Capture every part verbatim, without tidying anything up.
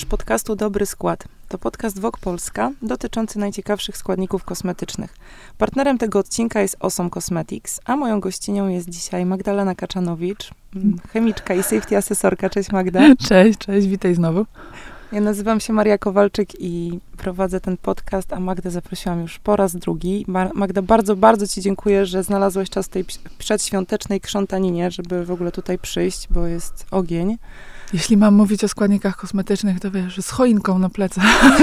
podcastu Dobry Skład. To podcast Vogue Polska dotyczący najciekawszych składników kosmetycznych. Partnerem tego odcinka jest Awesome Cosmetics, a moją gościnią jest dzisiaj Magdalena Kaczanowicz, chemiczka i safety asesorka. Cześć Magda. Cześć, cześć, witaj znowu. Ja nazywam się Maria Kowalczyk i prowadzę ten podcast, a Magdę zaprosiłam już po raz drugi. Magda, bardzo, bardzo ci dziękuję, że znalazłaś czas w tej przedświątecznej krzątaninie, żeby w ogóle tutaj przyjść, bo jest ogień. Jeśli mam mówić o składnikach kosmetycznych, to wiesz, z choinką na plecach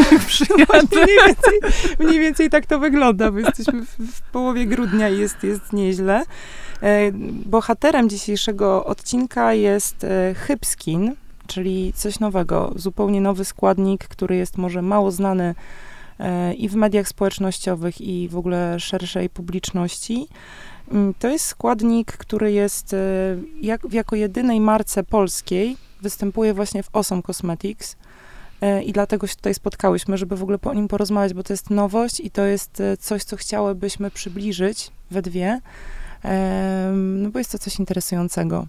mniej, więcej, mniej więcej tak to wygląda, bo jesteśmy w, w połowie grudnia i jest, jest nieźle. E, bohaterem dzisiejszego odcinka jest e, Hybskin, czyli coś nowego, zupełnie nowy składnik, który jest może mało znany e, i w mediach społecznościowych, i w ogóle szerszej publiczności. To jest składnik, który jest e, jak, jako jedynej marce polskiej, występuje właśnie w Awesome Cosmetics e, i dlatego się tutaj spotkałyśmy, żeby w ogóle po nim porozmawiać, bo to jest nowość i to jest e, coś, co chciałybyśmy przybliżyć we dwie, e, no bo jest to coś interesującego.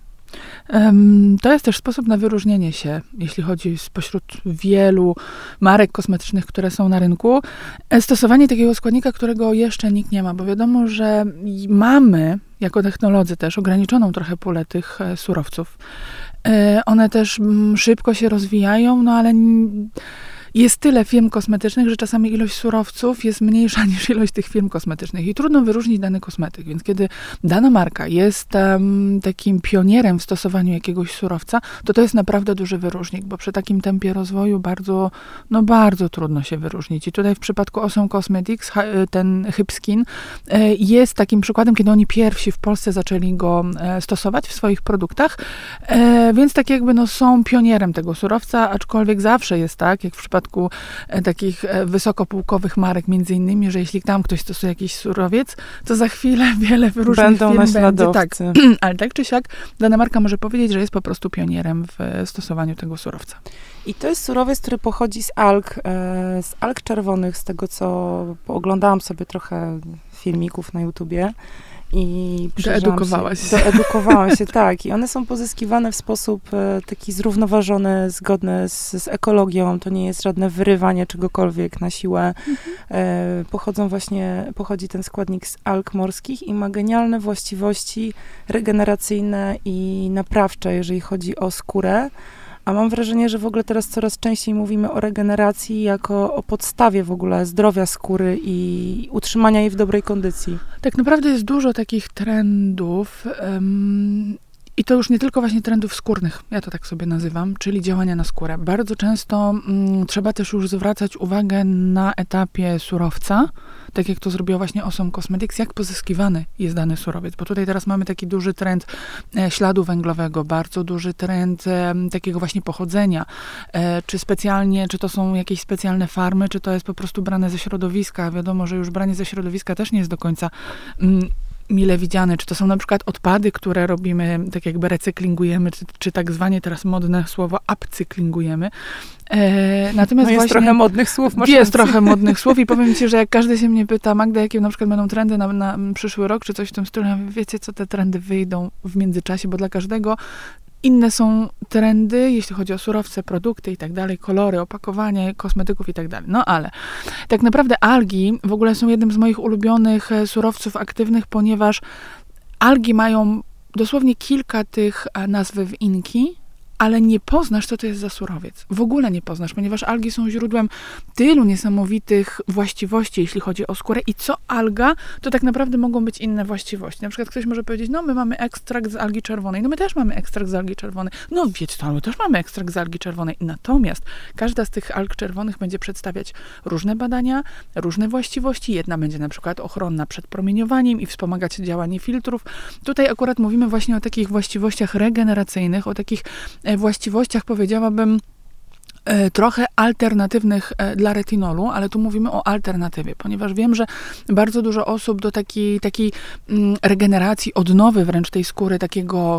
Um, to jest też sposób na wyróżnienie się, jeśli chodzi spośród wielu marek kosmetycznych, które są na rynku. Stosowanie takiego składnika, którego jeszcze nikt nie ma, bo wiadomo, że mamy jako technolodzy też ograniczoną trochę pulę tych e, surowców. E, one też m, szybko się rozwijają, no ale n- jest tyle firm kosmetycznych, że czasami ilość surowców jest mniejsza niż ilość tych firm kosmetycznych i trudno wyróżnić dany kosmetyk, więc kiedy dana marka jest um, takim pionierem w stosowaniu jakiegoś surowca, to to jest naprawdę duży wyróżnik, bo przy takim tempie rozwoju bardzo, no bardzo trudno się wyróżnić. I tutaj w przypadku Awesome Cosmetics ten Hybskin jest takim przykładem, kiedy oni pierwsi w Polsce zaczęli go stosować w swoich produktach, więc tak jakby no, są pionierem tego surowca, aczkolwiek zawsze jest tak, jak w przypadku takich wysokopółkowych marek, między innymi, że jeśli tam ktoś stosuje jakiś surowiec, to za chwilę wiele różnych Będą firm naśladowcy. będzie. Tak. Ale tak czy siak, dana marka może powiedzieć, że jest po prostu pionierem w stosowaniu tego surowca. I to jest surowiec, który pochodzi z alg, z alg czerwonych, z tego co oglądałam sobie trochę filmików na YouTubie. I doedukowałaś się. Doedukowałam się, tak. I one są pozyskiwane w sposób e, taki zrównoważony, zgodny z, z ekologią. To nie jest żadne wyrywanie czegokolwiek na siłę. Mhm. E, pochodzą właśnie, pochodzi ten składnik z alg morskich i ma genialne właściwości regeneracyjne i naprawcze, jeżeli chodzi o skórę. A mam wrażenie, że w ogóle teraz coraz częściej mówimy o regeneracji jako o podstawie w ogóle zdrowia skóry i utrzymania jej w dobrej kondycji. Tak naprawdę jest dużo takich trendów um, i to już nie tylko właśnie trendów skórnych, ja to tak sobie nazywam, czyli działania na skórę. Bardzo często um, trzeba też już zwracać uwagę na etapie surowca, tak jak to zrobiło właśnie Awesome Cosmetics, jak pozyskiwany jest dany surowiec. Bo tutaj teraz mamy taki duży trend e, śladu węglowego, bardzo duży trend e, takiego właśnie pochodzenia. E, czy specjalnie, czy to są jakieś specjalne farmy, czy to jest po prostu brane ze środowiska. Wiadomo, że już branie ze środowiska też nie jest do końca mm, mile widziane, czy to są na przykład odpady, które robimy, tak jakby recyklingujemy, czy, czy tak zwanie teraz modne słowo upcyklingujemy. E, natomiast no jest właśnie trochę modnych słów. Masz jest rację. trochę modnych słów i powiem ci, że jak każdy się mnie pyta, Magda, jakie na przykład będą trendy na, na przyszły rok, czy coś w tym stylu, ja mówię, wiecie co, te trendy wyjdą w międzyczasie, bo dla każdego inne są trendy, jeśli chodzi o surowce, produkty i tak dalej, kolory, opakowanie, kosmetyków i tak dalej. No ale tak naprawdę algi w ogóle są jednym z moich ulubionych surowców aktywnych, ponieważ algi mają dosłownie kilka tych nazw w inki, ale nie poznasz, co to jest za surowiec. W ogóle nie poznasz, ponieważ algi są źródłem tylu niesamowitych właściwości, jeśli chodzi o skórę. I co alga, to tak naprawdę mogą być inne właściwości. Na przykład ktoś może powiedzieć, no my mamy ekstrakt z algi czerwonej. No my też mamy ekstrakt z algi czerwonej. No wiecie co, my też mamy ekstrakt z algi czerwonej. Natomiast każda z tych alg czerwonych będzie przedstawiać różne badania, różne właściwości. Jedna będzie na przykład ochronna przed promieniowaniem i wspomagać działanie filtrów. Tutaj akurat mówimy właśnie o takich właściwościach regeneracyjnych, o takich właściwościach, powiedziałabym, trochę alternatywnych dla retinolu, ale tu mówimy o alternatywie, ponieważ wiem, że bardzo dużo osób do takiej, takiej regeneracji, odnowy wręcz tej skóry, takiego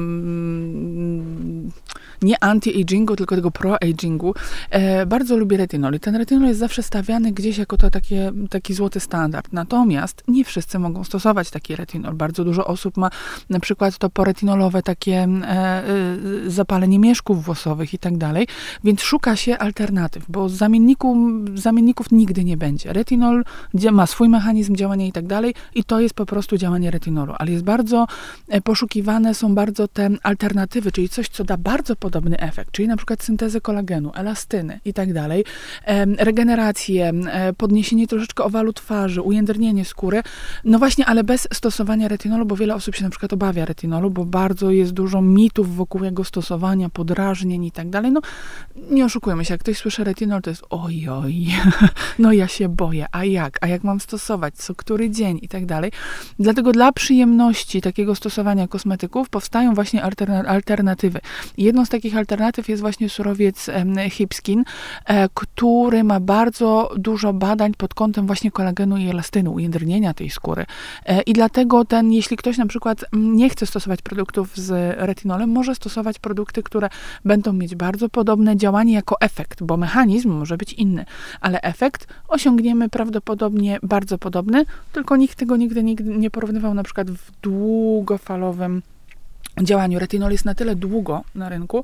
mm, nie anti-agingu, tylko tego pro-agingu, e, bardzo lubi retinol. I ten retinol jest zawsze stawiany gdzieś jako to takie, taki złoty standard. Natomiast nie wszyscy mogą stosować taki retinol. Bardzo dużo osób ma na przykład to poretinolowe takie e, e, zapalenie mieszków włosowych i tak dalej, więc szuka się alternatyw, bo zamienniku, zamienników nigdy nie będzie. Retinol ma swój mechanizm działania i tak dalej i to jest po prostu działanie retinolu, ale jest bardzo poszukiwane są bardzo te alternatywy, czyli coś, co da bardzo podobny efekt, czyli na przykład syntezę kolagenu, elastyny i tak dalej, regenerację, podniesienie troszeczkę owalu twarzy, ujędrnienie skóry, no właśnie, ale bez stosowania retinolu, bo wiele osób się na przykład obawia retinolu, bo bardzo jest dużo mitów wokół jego stosowania, podrażnień i tak dalej. No nie oszukujmy się, jak ktoś słyszy retinol, to jest oj, oj, no ja się boję, a jak? A jak mam stosować? Co który dzień i tak dalej. Dlatego dla przyjemności takiego stosowania kosmetyków powstają właśnie alterna- alternatywy. Jedną z takich alternatyw jest właśnie surowiec e, Hipskin, e, który ma bardzo dużo badań pod kątem właśnie kolagenu i elastynu, ujędrnienia tej skóry. E, I dlatego ten, jeśli ktoś na przykład nie chce stosować produktów z retinolem, może stosować produkty, które będą mieć bardzo podobne działanie jako efekt, bo mechanizm może być inny, ale efekt osiągniemy prawdopodobnie bardzo podobny, tylko nikt tego nigdy, nigdy nie porównywał na przykład w długofalowym działaniu. Retinol jest na tyle długo na rynku,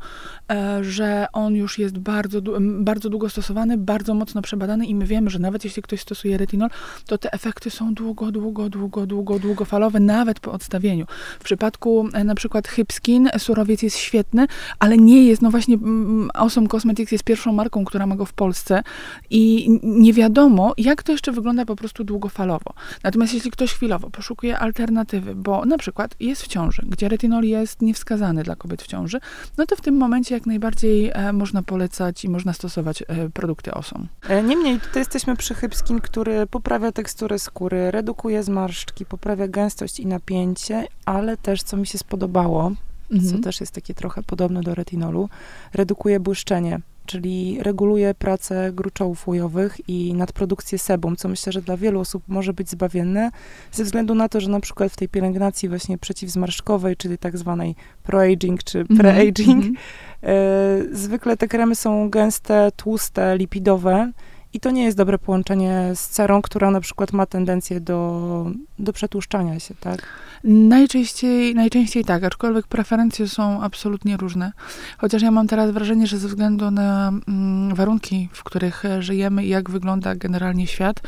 że on już jest bardzo, bardzo długo stosowany, bardzo mocno przebadany i my wiemy, że nawet jeśli ktoś stosuje retinol, to te efekty są długo, długo, długo, długo, długofalowe, nawet po odstawieniu. W przypadku na przykład Hipskin surowiec jest świetny, ale nie jest, no właśnie Awesome Cosmetics jest pierwszą marką, która ma go w Polsce i nie wiadomo, jak to jeszcze wygląda po prostu długofalowo. Natomiast jeśli ktoś chwilowo poszukuje alternatywy, bo na przykład jest w ciąży, gdzie retinol jest jest niewskazany dla kobiet w ciąży, no to w tym momencie jak najbardziej e, można polecać i można stosować e, produkty Awesome. Niemniej tutaj jesteśmy przy Hipskin, który poprawia teksturę skóry, redukuje zmarszczki, poprawia gęstość i napięcie, ale też, co mi się spodobało, mhm. co też jest takie trochę podobne do retinolu, redukuje błyszczenie, czyli reguluje pracę gruczołów łojowych i nadprodukcję sebum, co myślę, że dla wielu osób może być zbawienne, ze względu na to, że na przykład w tej pielęgnacji właśnie przeciwzmarszczkowej, czyli tak zwanej pro-aging czy pre-aging, mm-hmm. y, zwykle te kremy są gęste, tłuste, lipidowe i to nie jest dobre połączenie z cerą, która na przykład ma tendencję do, do przetłuszczania się, tak? Najczęściej, najczęściej tak, aczkolwiek preferencje są absolutnie różne. Chociaż ja mam teraz wrażenie, że ze względu na mm, warunki, w których żyjemy i jak wygląda generalnie świat,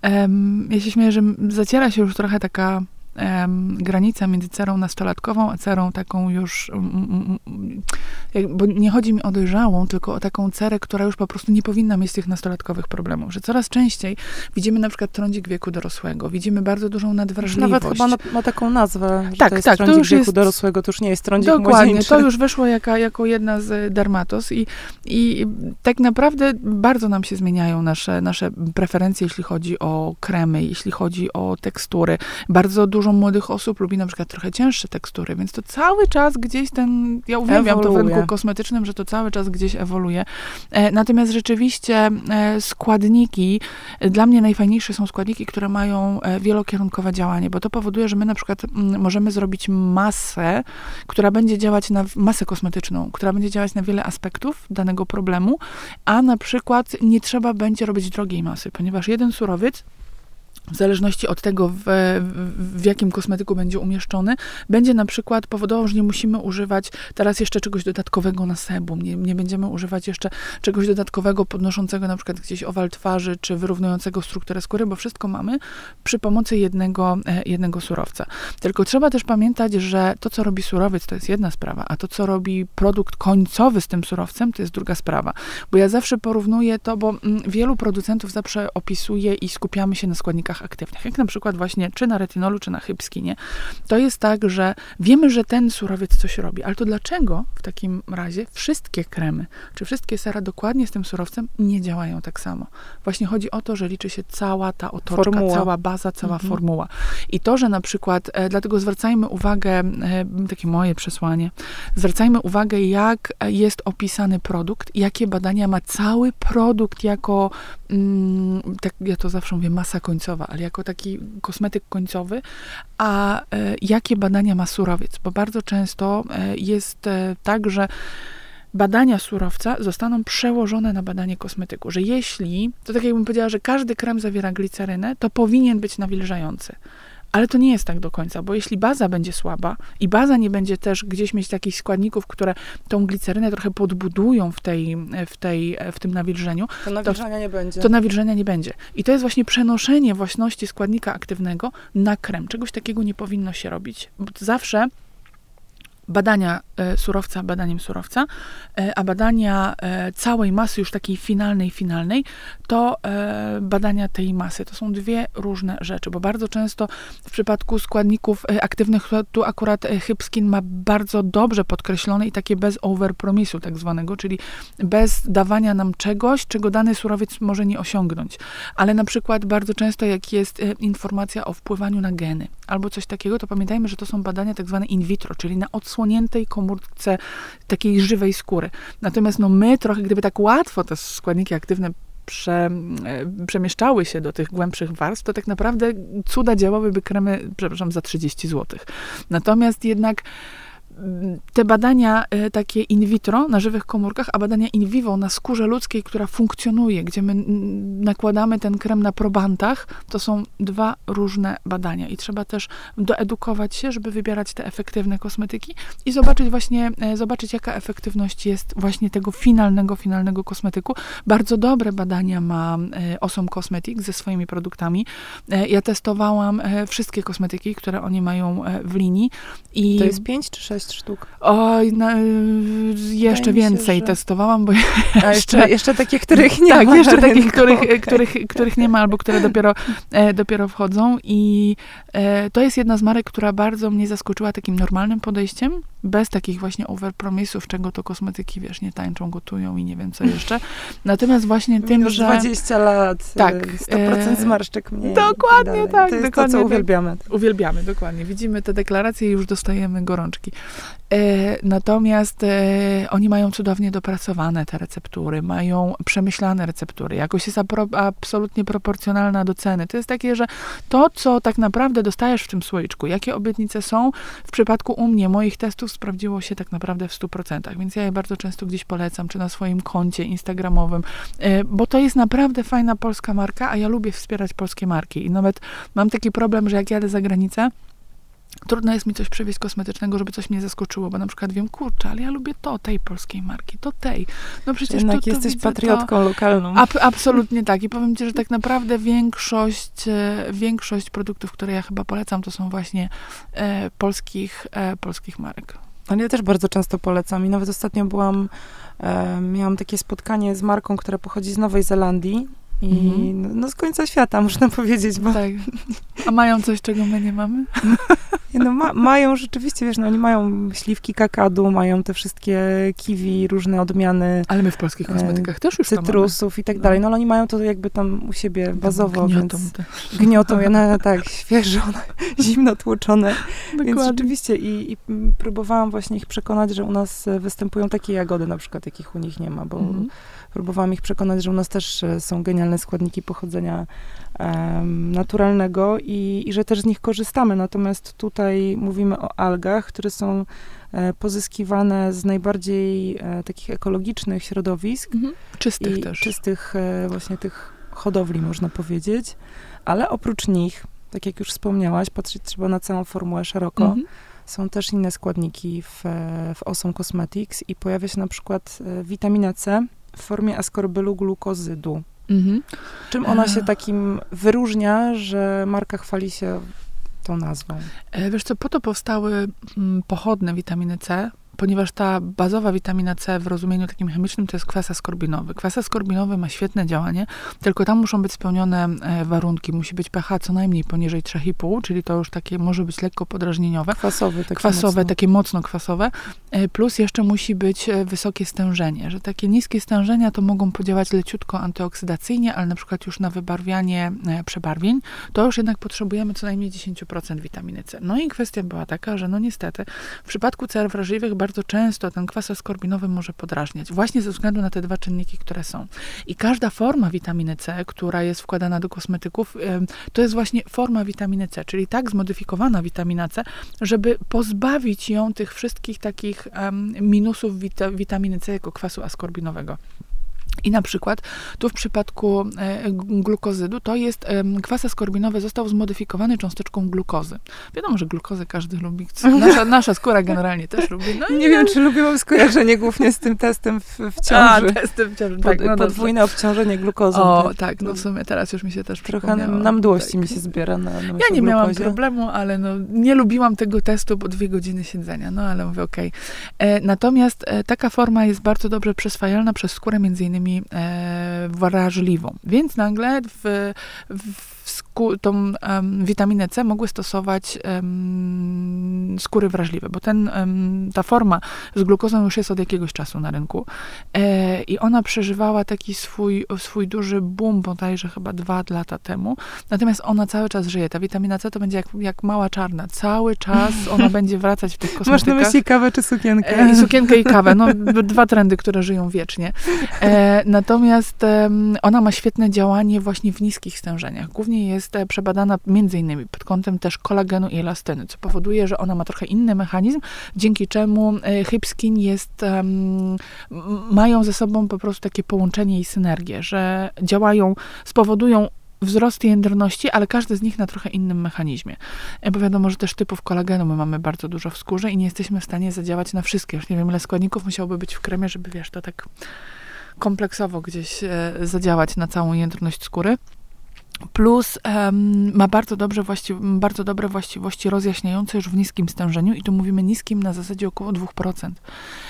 em, ja się śmieję, że zaciera się już trochę taka em, granica między cerą nastolatkową, a cerą taką już, mm, jak, bo nie chodzi mi o dojrzałą, tylko o taką cerę, która już po prostu nie powinna mieć tych nastolatkowych problemów, że coraz częściej widzimy na przykład trądzik wieku dorosłego, widzimy bardzo dużą nadwrażliwość. Nawet chyba na, ma taką nazwę, że tak, to jest tak, trądzik to już wieku jest, dorosłego, to już nie jest trądzik dokładnie, młodzieńczy. to już wyszło jaka, jako jedna z dermatos i, i tak naprawdę bardzo nam się zmieniają nasze, nasze preferencje, jeśli chodzi o kremy, jeśli chodzi o tekstury. Bardzo dużo młodych osób lubi na przykład trochę cięższe tekstury, więc to cały czas gdzieś ten, ja uwielbiam to w rynku kosmetycznym, że to cały czas gdzieś ewoluuje. E, natomiast rzeczywiście e, składniki, e, dla mnie najfajniejsze są składniki, które mają e, wielokierunkowe działanie, bo to powoduje, że my na przykład m, możemy zrobić masę, która będzie działać na masę kosmetyczną, która będzie działać na wiele aspektów danego problemu, a na przykład nie trzeba będzie robić drogiej masy, ponieważ jeden surowiec w zależności od tego, w, w, w jakim kosmetyku będzie umieszczony, będzie na przykład powodował, że nie musimy używać teraz jeszcze czegoś dodatkowego na sebum, nie, nie będziemy używać jeszcze czegoś dodatkowego podnoszącego na przykład gdzieś owal twarzy, czy wyrównującego strukturę skóry, bo wszystko mamy przy pomocy jednego, jednego surowca. Tylko trzeba też pamiętać, że to, co robi surowiec, to jest jedna sprawa, a to, co robi produkt końcowy z tym surowcem, to jest druga sprawa. Bo ja zawsze porównuję to, bo mm, wielu producentów zawsze opisuje i skupiamy się na składnikach aktywnych, jak na przykład właśnie czy na retinolu, czy na Hipskinie, to jest tak, że wiemy, że ten surowiec coś robi, ale to dlaczego w takim razie wszystkie kremy, czy wszystkie sera dokładnie z tym surowcem nie działają tak samo? Właśnie chodzi o to, że liczy się cała ta otoczka, formuła. Cała baza, cała mhm. formuła. I to, że na przykład, e, dlatego zwracajmy uwagę, e, takie moje przesłanie, zwracajmy uwagę, jak jest opisany produkt, jakie badania ma cały produkt jako, mm, tak ja to zawsze mówię, masa końcowa, ale jako taki kosmetyk końcowy, a e, jakie badania ma surowiec, bo bardzo często e, jest e, tak, że badania surowca zostaną przełożone na badanie kosmetyku, że jeśli, to tak jakbym powiedziała, że każdy krem zawiera glicerynę, to powinien być nawilżający. Ale to nie jest tak do końca, bo jeśli baza będzie słaba i baza nie będzie też gdzieś mieć takich składników, które tą glicerynę trochę podbudują w, tej, w, tej, w tym nawilżeniu, to nawilżenia to, nie będzie. To nawilżenia nie będzie. I to jest właśnie przenoszenie własności składnika aktywnego na krem. Czegoś takiego nie powinno się robić. Bo zawsze badania e, surowca badaniem surowca, e, a badania e, całej masy, już takiej finalnej, finalnej, to e, badania tej masy. To są dwie różne rzeczy, bo bardzo często w przypadku składników e, aktywnych, tu akurat e, Hybskin ma bardzo dobrze podkreślone i takie bez overpromisu tak zwanego, czyli bez dawania nam czegoś, czego dany surowiec może nie osiągnąć. Ale na przykład bardzo często jak jest e, informacja o wpływaniu na geny albo coś takiego, to pamiętajmy, że to są badania tak zwane in vitro, czyli na odsłoniętej komórce takiej żywej skóry. Natomiast no my trochę, gdyby tak łatwo te składniki aktywne prze, przemieszczały się do tych głębszych warstw, to tak naprawdę cuda działałyby kremy, przepraszam, za trzydzieści złotych. Natomiast jednak te badania e, takie in vitro na żywych komórkach, a badania in vivo na skórze ludzkiej, która funkcjonuje, gdzie my nakładamy ten krem na probantach, to są dwa różne badania i trzeba też doedukować się, żeby wybierać te efektywne kosmetyki i zobaczyć właśnie, e, zobaczyć jaka efektywność jest właśnie tego finalnego, finalnego kosmetyku. Bardzo dobre badania ma e, Awesome Cosmetics ze swoimi produktami. E, ja testowałam e, wszystkie kosmetyki, które oni mają e, w linii. I to jest pięć czy sześć sztuk? Oj, no, jeszcze więcej się, że... testowałam, bo A jeszcze, jeszcze takie, których nie tak, ma. Tak, jeszcze takich, których, których, których nie ma, albo które dopiero, e, dopiero wchodzą. I e, to jest jedna z marek, która bardzo mnie zaskoczyła takim normalnym podejściem, bez takich właśnie overpromisów, czego to kosmetyki, wiesz, nie tańczą, gotują i nie wiem co jeszcze. Natomiast właśnie tym, Minus że... dwadzieścia lat, tak, sto procent zmarszczek mniej. Dokładnie tak. To jest dokładnie to, co tak. uwielbiamy. Uwielbiamy, dokładnie. Widzimy te deklaracje i już dostajemy gorączki. E, natomiast e, oni mają cudownie dopracowane te receptury, mają przemyślane receptury, jakość jest apro, absolutnie proporcjonalna do ceny. To jest takie, że to, co tak naprawdę dostajesz w tym słoiczku, jakie obietnice są, w przypadku u mnie, moich testów sprawdziło się tak naprawdę w stu procentach, więc ja je bardzo często gdzieś polecam, czy na swoim koncie instagramowym, e, bo to jest naprawdę fajna polska marka, a ja lubię wspierać polskie marki i nawet mam taki problem, że jak jadę za granicę, trudno jest mi coś przywieźć kosmetycznego, żeby coś mnie zaskoczyło, bo na przykład wiem, kurczę, ale ja lubię to, tej polskiej marki, to tej. No przecież Jednak to, to jesteś widzę, patriotką to... lokalną. Ab, absolutnie tak. I powiem ci, że tak naprawdę większość, większość produktów, które ja chyba polecam, to są właśnie e, polskich, e, polskich marek. Ale ja też bardzo często polecam i nawet ostatnio byłam, e, miałam takie spotkanie z marką, która pochodzi z Nowej Zelandii. I mm-hmm. no z końca świata, można powiedzieć, bo... Tak. A mają coś, czego my nie mamy? No ma, mają rzeczywiście, wiesz, no oni mają śliwki kakadu, mają te wszystkie kiwi, różne odmiany. Ale my w polskich kosmetykach e, też już cytrusów i tak dalej. No ale oni mają to jakby tam u siebie bazowo, gniotą więc... Te. Gniotą, ja na, tak, świeżone, zimno tłuczone. Dokładnie. Więc rzeczywiście i, i próbowałam właśnie ich przekonać, że u nas występują takie jagody na przykład, jakich u nich nie ma, bo mm-hmm. próbowałam ich przekonać, że u nas też są genialne składniki pochodzenia um, naturalnego i, i że też z nich korzystamy. Natomiast tutaj mówimy o algach, które są e, pozyskiwane z najbardziej e, takich ekologicznych środowisk. Mhm. Czystych też. Czystych e, właśnie tych hodowli, można powiedzieć. Ale oprócz nich, tak jak już wspomniałaś, patrzeć trzeba na całą formułę szeroko. Mhm. Są też inne składniki w, w Awesome Cosmetics i pojawia się na przykład e, witamina C w formie askorbylu glukozydu. Mhm. Czym ona się takim wyróżnia, że marka chwali się tą nazwą? Wiesz co, po to powstały pochodne witaminy C, ponieważ ta bazowa witamina C w rozumieniu takim chemicznym to jest kwas askorbinowy. Kwas askorbinowy ma świetne działanie, tylko tam muszą być spełnione warunki. Musi być pH co najmniej poniżej trzy i pół, czyli to już takie może być lekko podrażnieniowe. Kwasowe. Takie kwasowe, mocno. takie mocno kwasowe. Plus jeszcze musi być wysokie stężenie, że takie niskie stężenia to mogą podziałać leciutko antyoksydacyjnie, ale na przykład już na wybarwianie przebarwień, to już jednak potrzebujemy co najmniej dziesięć procent witaminy C. No i kwestia była taka, że no niestety w przypadku cer wrażliwych bardzo często ten kwas askorbinowy może podrażniać, właśnie ze względu na te dwa czynniki, które są. I każda forma witaminy C, która jest wkładana do kosmetyków, to jest właśnie forma witaminy C, czyli tak zmodyfikowana witamina C, żeby pozbawić ją tych wszystkich takich um, minusów wita- witaminy C jako kwasu askorbinowego. I na przykład tu w przypadku e, glukozydu to jest e, kwas askorbinowy został zmodyfikowany cząsteczką glukozy. Wiadomo, że glukozę każdy lubi. Nasza, nasza skóra generalnie też lubi. No nie wiem, czy lubię, mam skojarzenie głównie z tym testem w, w ciąży. A, testem w ciąży. Pod, tak, no podwójne obciążenie glukozą. O, tak, tak, no w sumie teraz już mi się też trochę przypomniało. na mdłości tak. mi się zbiera na, na Ja nie glukozie. miałam problemu, ale no, nie lubiłam tego testu, bo dwie godziny siedzenia. No ale mówię, okej. Okay. Natomiast e, taka forma jest bardzo dobrze przyswajalna przez skórę, między innymi e, wrażliwą. Więc nagle w, w sku, tą um, witaminę C mogły stosować um, skóry wrażliwe, bo ten, um, ta forma z glukozą już jest od jakiegoś czasu na rynku e, i ona przeżywała taki swój, swój duży boom, bodajże chyba dwa lata temu. Natomiast ona cały czas żyje. Ta witamina C to będzie jak, jak mała czarna. Cały czas ona będzie wracać w tych kosmetykach. Masz na myśli kawę czy sukienkę? E, I sukienkę i kawę. No, dwa trendy, które żyją wiecznie. E, natomiast e, ona ma świetne działanie właśnie w niskich stężeniach. Głównie jest e, przebadana między innymi pod kątem też kolagenu i elastyny, co powoduje, że ona ma trochę inny mechanizm, dzięki czemu e, Hip Skin jest, um, mają ze sobą po prostu takie połączenie i synergię, że działają, spowodują wzrost jędrności, ale każdy z nich na trochę innym mechanizmie. Bo wiadomo, że też typów kolagenu my mamy bardzo dużo w skórze i nie jesteśmy w stanie zadziałać na wszystkie. Już nie wiem, ile składników musiałoby być w kremie, żeby, wiesz, to tak kompleksowo gdzieś e, zadziałać na całą jędrność skóry. Plus um, ma bardzo, dobrze właści- bardzo dobre właściwości rozjaśniające już w niskim stężeniu i tu mówimy niskim na zasadzie około dwa procent.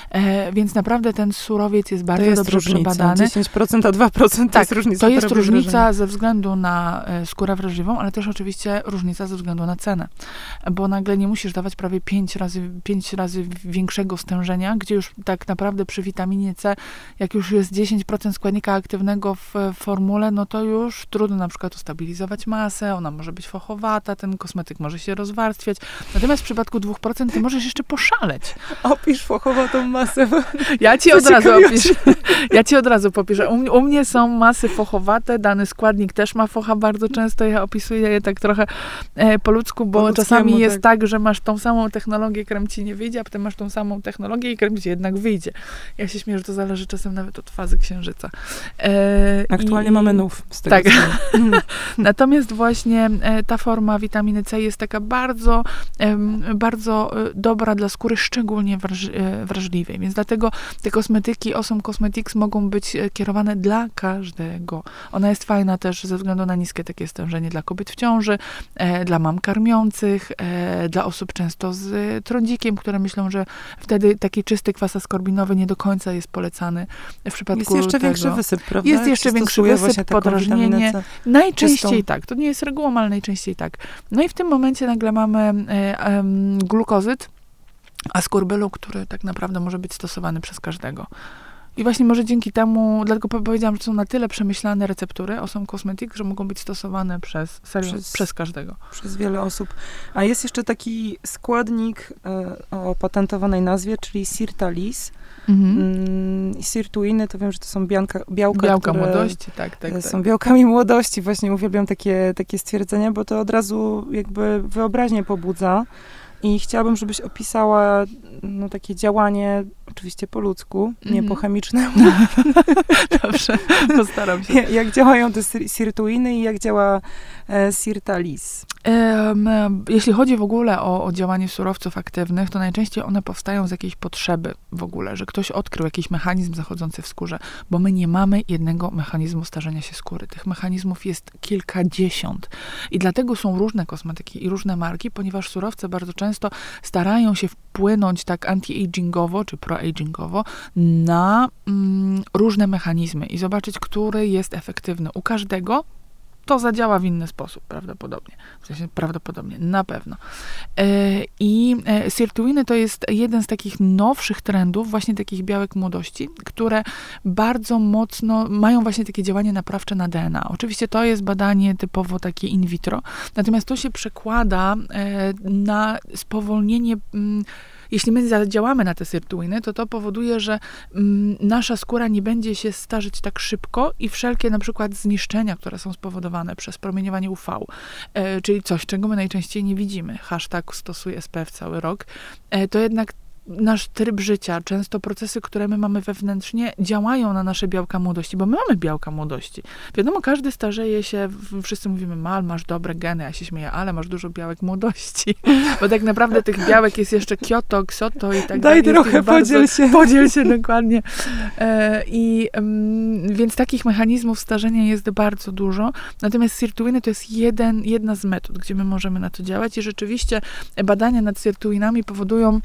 E, więc naprawdę ten surowiec jest bardzo to jest dobrze różnica. przebadany. dziesięć procent a dwa procent to tak, jest różnica. To jest różnica wrażenie. ze względu na e, skórę wrażliwą, ale też oczywiście różnica ze względu na cenę. Bo nagle nie musisz dawać prawie pięć razy, pięć razy większego stężenia, gdzie już tak naprawdę przy witaminie C, jak już jest dziesięć procent składnika aktywnego w formule, no to już trudno na przykład stabilizować masę, ona może być fochowata, ten kosmetyk może się rozwarstwiać. Natomiast w przypadku dwa procent ty możesz jeszcze poszaleć. Opisz fochowatą masę. Ja ci od razu opiszę. Ja ci od razu popiszę. U, u mnie są masy fochowate, dany składnik też ma focha bardzo często. Ja opisuję je tak trochę e, po ludzku, bo po czasami tak. jest tak, że masz tą samą technologię, krem ci nie wyjdzie, a potem masz tą samą technologię i krem ci jednak wyjdzie. Ja się śmieję, że to zależy czasem nawet od fazy księżyca. E, Aktualnie i, mamy nów. Z tego tak. Natomiast właśnie e, ta forma witaminy C jest taka bardzo, e, bardzo e, dobra dla skóry, szczególnie wraż, e, wrażliwej. Więc dlatego te kosmetyki Awesome Cosmetics mogą być e, kierowane dla każdego. Ona jest fajna też ze względu na niskie takie stężenie dla kobiet w ciąży, e, dla mam karmiących, e, dla osób często z e, trądzikiem, które myślą, że wtedy taki czysty kwas askorbinowy nie do końca jest polecany w przypadku Jest jeszcze tego. większy wysyp, prawda? Jest jeszcze większy wysyp, podrażnienie. Najczęściej czystą. tak. To nie jest regułą, ale najczęściej tak. No i w tym momencie nagle mamy e, e, glukozyd askorbylu, który tak naprawdę może być stosowany przez każdego. I właśnie może dzięki temu, dlatego powiedziałam, że są na tyle przemyślane receptury Awesome Cosmetics, że mogą być stosowane przez, serio, przez, przez każdego. Przez wiele osób. A jest jeszcze taki składnik e, o patentowanej nazwie, czyli Sirtalis. Mhm. Mm, sirtuiny, to wiem, że to są bianka, białka, białka które młodości, tak, tak, tak. są białkami młodości. Właśnie uwielbiam takie, takie stwierdzenia, bo to od razu jakby wyobraźnię pobudza. I chciałabym, żebyś opisała no, takie działanie, oczywiście po ludzku, mm-hmm. nie po chemicznemu. Dobrze, postaram się. Jak działają te sirtuiny i jak działa e, Sirtalis? Um, jeśli chodzi w ogóle o, o działanie surowców aktywnych, to najczęściej one powstają z jakiejś potrzeby w ogóle, że ktoś odkrył jakiś mechanizm zachodzący w skórze, bo my nie mamy jednego mechanizmu starzenia się skóry. Tych mechanizmów jest kilkadziesiąt. I dlatego są różne kosmetyki i różne marki, ponieważ surowce bardzo często starają się wpłynąć tak anti-agingowo czy pro-agingowo na mm, różne mechanizmy i zobaczyć, który jest efektywny. U każdego to zadziała w inny sposób, prawdopodobnie. W sensie prawdopodobnie, na pewno. E, I e, sirtuiny to jest jeden z takich nowszych trendów, właśnie takich białek młodości, które bardzo mocno mają właśnie takie działanie naprawcze na D N A. Oczywiście to jest badanie typowo takie in vitro, natomiast to się przekłada e, na spowolnienie m, jeśli my zadziałamy na te sirtuiny, to to powoduje, że mm, nasza skóra nie będzie się starzeć tak szybko i wszelkie na przykład zniszczenia, które są spowodowane przez promieniowanie U V, e, czyli coś, czego my najczęściej nie widzimy, hashtag stosuj S P F cały rok, e, to jednak nasz tryb życia, często procesy, które my mamy wewnętrznie, działają na nasze białka młodości, bo my mamy białka młodości. Wiadomo, każdy starzeje się, wszyscy mówimy, mal, masz dobre geny, ja się śmieję, ale masz dużo białek młodości, bo tak naprawdę tych białek jest jeszcze Kyoto, Ksoto i tak dalej. Daj trochę, podziel bardzo, się. Podziel się, dokładnie. E, I um, więc takich mechanizmów starzenia jest bardzo dużo, natomiast sirtuiny to jest jeden, jedna z metod, gdzie my możemy na to działać i rzeczywiście badania nad sirtuinami powodują,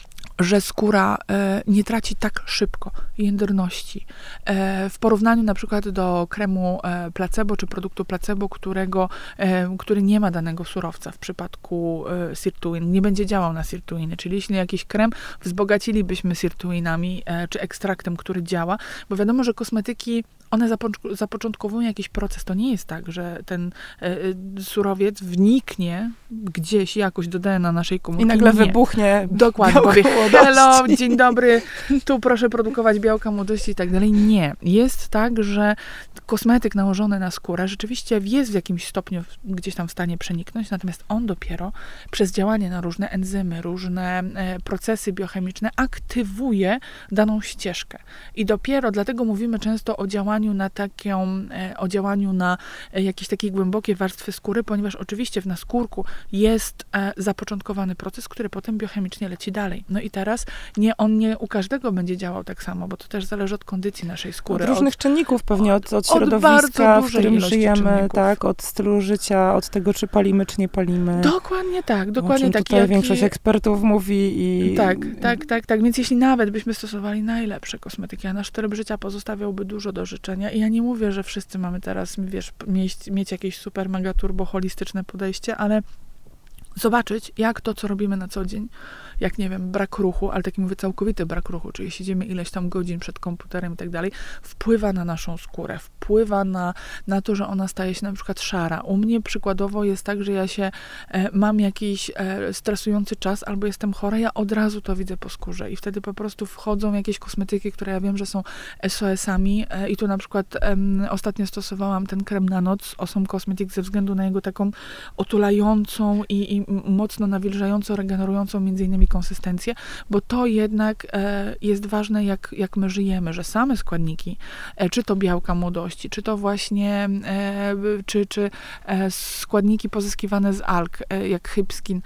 że skóra e, nie traci tak szybko jędrności. E, w porównaniu na przykład do kremu e, placebo, czy produktu placebo, którego, e, który nie ma danego surowca w przypadku e, sirtuin, nie będzie działał na sirtuiny. Czyli jeśli jakiś krem wzbogacilibyśmy sirtuinami, e, czy ekstraktem, który działa, bo wiadomo, że kosmetyki one zapo- zapoczątkowują jakiś proces. To nie jest tak, że ten e, surowiec wniknie gdzieś jakoś do D N A naszej komórki. I nagle nie. wybuchnie. Dokładnie. Powie, hello, dzień dobry, tu proszę produkować białka młodości i tak dalej. Nie. Jest tak, że kosmetyk nałożony na skórę rzeczywiście jest w jakimś stopniu gdzieś tam w stanie przeniknąć, natomiast on dopiero przez działanie na różne enzymy, różne e, procesy biochemiczne aktywuje daną ścieżkę. I dopiero dlatego mówimy często o działaniu na taką, o działaniu na jakieś takie głębokie warstwy skóry, ponieważ oczywiście w naskórku jest zapoczątkowany proces, który potem biochemicznie leci dalej. No i teraz nie, on nie u każdego będzie działał tak samo, bo to też zależy od kondycji naszej skóry. Od różnych od, czynników pewnie, od, od, od środowiska, w którym żyjemy, czynników. tak, od stylu życia, od tego, czy palimy, czy nie palimy. Dokładnie tak, dokładnie o czym tak. Tutaj jak większość i... ekspertów mówi i... Tak, tak, tak, tak. Więc jeśli nawet byśmy stosowali najlepsze kosmetyki, a nasz tryb życia pozostawiałby dużo do życzenia. I ja nie mówię, że wszyscy mamy teraz, wiesz, mieć, mieć jakieś super, mega turbo holistyczne podejście, ale zobaczyć, jak to, co robimy na co dzień, jak, nie wiem, brak ruchu, ale taki mówię całkowity brak ruchu, czyli siedzimy ileś tam godzin przed komputerem i tak dalej, wpływa na naszą skórę, wpływa na, na to, że ona staje się na przykład szara. U mnie przykładowo jest tak, że ja się e, mam jakiś e, stresujący czas albo jestem chora, ja od razu to widzę po skórze i wtedy po prostu wchodzą jakieś kosmetyki, które ja wiem, że są S O S-ami e, i tu na przykład e, ostatnio stosowałam ten krem na noc, Awesome Cosmetics, ze względu na jego taką otulającą i, i mocno nawilżającą, regenerującą między innymi konsystencję, bo to jednak e, jest ważne, jak, jak my żyjemy, że same składniki, e, czy to białka młodości, czy to właśnie, e, czy, czy e, składniki pozyskiwane z alg, e, jak Hibskin,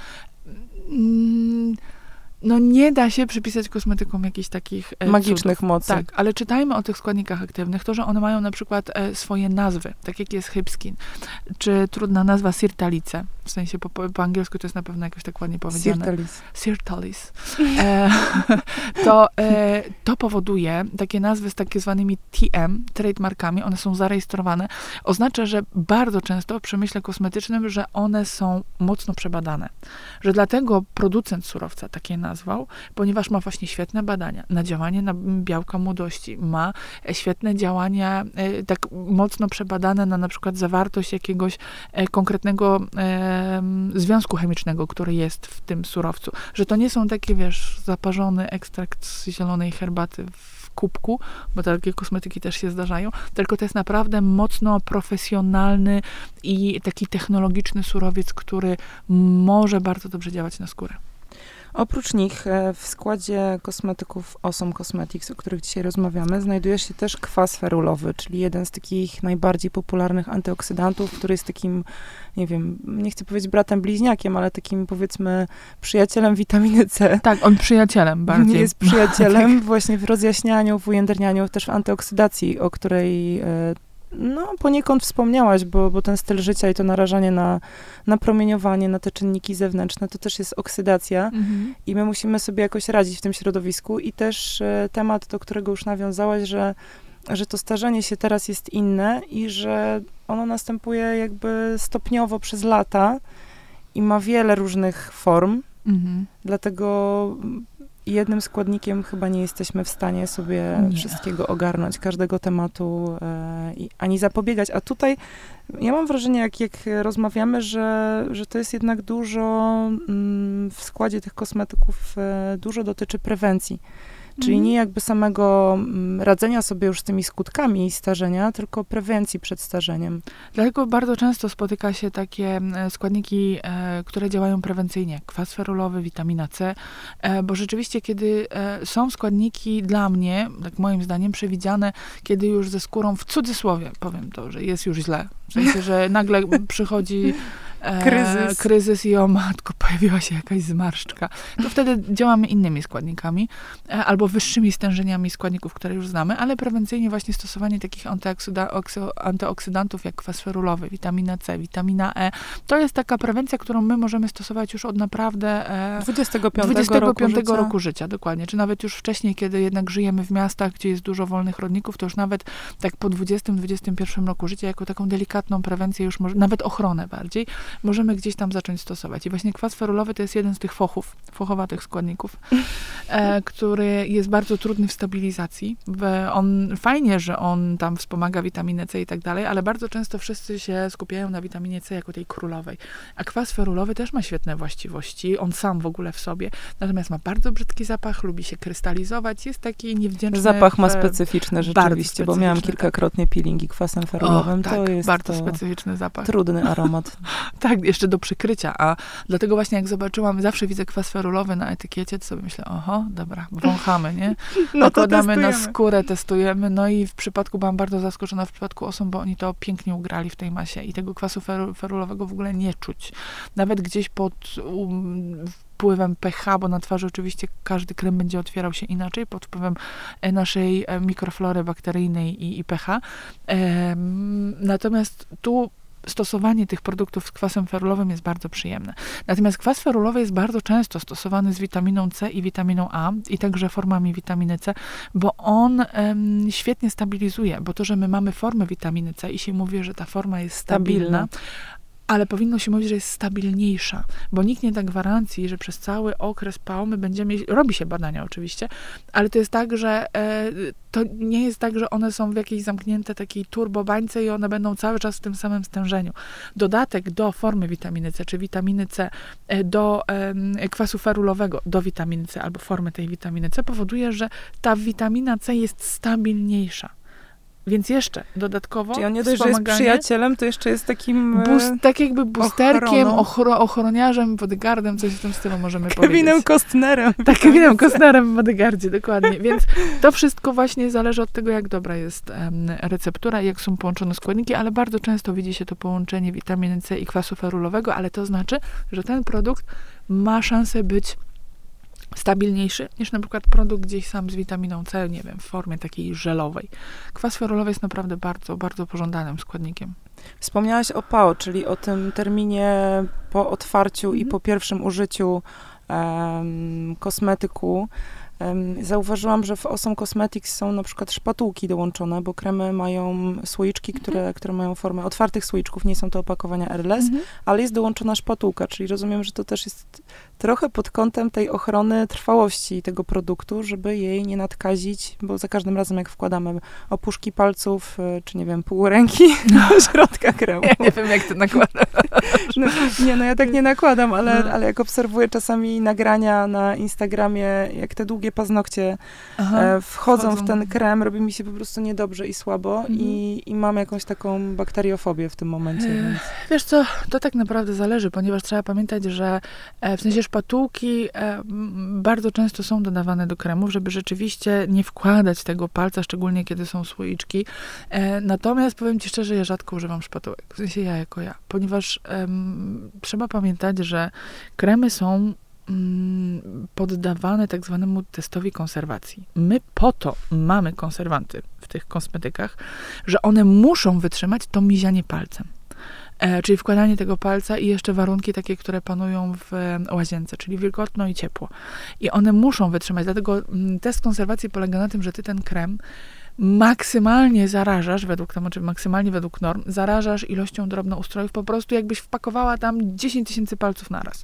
mm, no nie da się przypisać kosmetykom jakichś takich e, magicznych cudów. mocy. Tak, ale czytajmy o tych składnikach aktywnych, to, że one mają na przykład e, swoje nazwy, tak jak jest Hibskin, czy trudna nazwa Sirtalice, w sensie po, po, po angielsku to jest na pewno jakoś tak ładnie powiedziane. Sirtalis. Sirtalis. E, to, e, to powoduje, takie nazwy z tak zwanymi T M, trademarkami, one są zarejestrowane, oznacza, że bardzo często w przemyśle kosmetycznym, że one są mocno przebadane. Że dlatego producent surowca takie nazwał, ponieważ ma właśnie świetne badania na działanie na białka młodości, ma świetne działania e, tak mocno przebadane na na przykład zawartość jakiegoś e, konkretnego e, związku chemicznego, który jest w tym surowcu. Że to nie są takie, wiesz, zaparzony ekstrakt z zielonej herbaty w kubku, bo takie kosmetyki też się zdarzają, tylko to jest naprawdę mocno profesjonalny i taki technologiczny surowiec, który może bardzo dobrze działać na skórę. Oprócz nich w składzie kosmetyków Awesome Cosmetics, o których dzisiaj rozmawiamy, znajduje się też kwas ferulowy, czyli jeden z takich najbardziej popularnych antyoksydantów, który jest takim, nie wiem, nie chcę powiedzieć bratem bliźniakiem, ale takim, powiedzmy, przyjacielem witaminy C. Tak, on przyjacielem bardziej. Jest przyjacielem tak. właśnie w rozjaśnianiu, w ujędrnianiu, też w antyoksydacji, o której no poniekąd wspomniałaś, bo, bo ten styl życia i to narażanie na, na promieniowanie, na te czynniki zewnętrzne, to też jest oksydacja mhm. i my musimy sobie jakoś radzić w tym środowisku i też e, temat, do którego już nawiązałaś, że, że to starzenie się teraz jest inne i że ono następuje jakby stopniowo przez lata i ma wiele różnych form, mhm. dlatego jednym składnikiem chyba nie jesteśmy w stanie sobie nie. wszystkiego ogarnąć, każdego tematu e, i, ani zapobiegać. A tutaj ja mam wrażenie, jak, jak rozmawiamy, że, że to jest jednak dużo mm, w składzie tych kosmetyków, e, dużo dotyczy prewencji. Czyli Mhm. nie jakby samego mm, radzenia sobie już z tymi skutkami starzenia, tylko prewencji przed starzeniem. Dlatego bardzo często spotyka się takie e, składniki, e, które działają prewencyjnie. Kwas ferulowy, witamina C, e, bo rzeczywiście, kiedy e, są składniki dla mnie, tak moim zdaniem, przewidziane, kiedy już ze skórą, w cudzysłowie powiem to, że jest już źle. W sensie, że nagle przychodzi e, Kryzys. kryzys i o matko, pojawiła się jakaś zmarszczka. To wtedy działamy innymi składnikami, e, albo wyższymi stężeniami składników, które już znamy, ale prewencyjnie właśnie stosowanie takich antyoksyda- okso- antyoksydantów jak kwas ferulowy, witamina C, witamina E, to jest taka prewencja, którą my możemy stosować już od naprawdę e, dwudziestego piątego, dwudziestego piątego roku, roku życia, dokładnie. Czy nawet już wcześniej, kiedy jednak żyjemy w miastach, gdzie jest dużo wolnych rodników, to już nawet tak po dwudziestym, dwudziestym pierwszym roku życia, jako taką delikatną prewencję, już może, nawet ochronę bardziej, możemy gdzieś tam zacząć stosować. I właśnie kwas ferulowy to jest jeden z tych fochów, fochowatych składników, e, który jest bardzo trudny w stabilizacji. W, on, fajnie, że on tam wspomaga witaminę C i tak dalej, ale bardzo często wszyscy się skupiają na witaminie C jako tej królowej. A kwas ferulowy też ma świetne właściwości, on sam w ogóle w sobie, natomiast ma bardzo brzydki zapach, lubi się krystalizować, jest taki niewdzięczny. Zapach ma w- specyficzny rzeczywiście, bo miałam specyficzny, kilkakrotnie peelingi kwasem ferulowym. O, tak, to jest bardzo to specyficzny zapach. trudny aromat. Tak, jeszcze do przykrycia, a dlatego właśnie jak zobaczyłam, zawsze widzę kwas ferulowy na etykiecie, to sobie myślę, oho, dobra, wąchamy, nie? No to Nakładamy na testujemy. skórę, testujemy, no i w przypadku, byłam bardzo zaskoczona w przypadku osób, bo oni to pięknie ugrali w tej masie i tego kwasu feru, ferulowego w ogóle nie czuć. Nawet gdzieś pod um, wpływem pH, bo na twarzy oczywiście każdy krem będzie otwierał się inaczej, pod wpływem e, naszej e, mikroflory bakteryjnej i, i pH. Em, natomiast tu stosowanie tych produktów z kwasem ferulowym jest bardzo przyjemne. Natomiast kwas ferulowy jest bardzo często stosowany z witaminą C i witaminą A i także formami witaminy C, bo on em, świetnie stabilizuje, bo to, że my mamy formę witaminy C i się mówi, że ta forma jest stabilna, Stabilna. ale powinno się mówić, że jest stabilniejsza, bo nikt nie da gwarancji, że przez cały okres P A O my będziemy mieć, robi się badania oczywiście, ale to jest tak, że e, to nie jest tak, że one są w jakiejś zamknięte takiej turbobańce i one będą cały czas w tym samym stężeniu. Dodatek do formy witaminy C, czy witaminy C, e, do e, kwasu ferulowego, do witaminy C albo formy tej witaminy C powoduje, że ta witamina C jest stabilniejsza. Więc jeszcze dodatkowo Czyli on nie dość, że jest wspomaganie- przyjacielem, to jeszcze jest takim e, Bus, tak jakby boosterkiem, ochroną. ochro, ochroniarzem, bodyguardem, coś w tym stylu możemy Kevinem powiedzieć. Costnerem. Tak, Kevinem Costnerem w bodyguardzie, dokładnie. Więc to wszystko właśnie zależy od tego, jak dobra jest em, receptura i jak są połączone składniki, ale bardzo często widzi się to połączenie witaminy C i kwasu ferulowego, ale to znaczy, że ten produkt ma szansę być stabilniejszy niż na przykład produkt gdzieś sam z witaminą C, nie wiem, w formie takiej żelowej. Kwas ferulowy jest naprawdę bardzo, bardzo pożądanym składnikiem. Wspomniałaś o P A O, czyli o tym terminie po otwarciu Mhm. i po pierwszym użyciu em, kosmetyku. Em, zauważyłam, że w Awesome Cosmetics są na przykład szpatułki dołączone, bo kremy mają słoiczki, które, Mhm. które mają formę otwartych słoiczków, nie są to opakowania airless, Mhm. ale jest dołączona szpatułka, czyli rozumiem, że to też jest trochę pod kątem tej ochrony trwałości tego produktu, żeby jej nie nadkazić, bo za każdym razem jak wkładamy opuszki palców, y, czy nie wiem, pół ręki do środka kremu. Ja nie wiem, jak to nakładam. No, nie, no ja tak nie nakładam, ale, No. ale jak obserwuję czasami nagrania na Instagramie, jak te długie paznokcie Aha. e, wchodzą, wchodzą. w ten krem, robi mi się po prostu niedobrze i słabo Mhm. i, i mam jakąś taką bakteriofobię w tym momencie. Ech. Więc. Wiesz co, to tak naprawdę zależy, ponieważ trzeba pamiętać, że e, w sensie szpatułki e, m, bardzo często są dodawane do kremów, żeby rzeczywiście nie wkładać tego palca, szczególnie kiedy są słoiczki. E, natomiast powiem ci szczerze, ja rzadko używam szpatułek, w sensie ja jako ja, ponieważ em, trzeba pamiętać, że kremy są mm, poddawane tak zwanemu testowi konserwacji. My po to mamy konserwanty w tych kosmetykach, że one muszą wytrzymać to mizianie palcem. E, czyli wkładanie tego palca i jeszcze warunki takie, które panują w e, łazience, czyli wilgotno i ciepło. I one muszą wytrzymać, dlatego mm, test konserwacji polega na tym, że ty ten krem maksymalnie zarażasz, według tam, znaczy maksymalnie według norm, zarażasz ilością drobnoustrojów, po prostu jakbyś wpakowała tam dziesięć tysięcy palców naraz.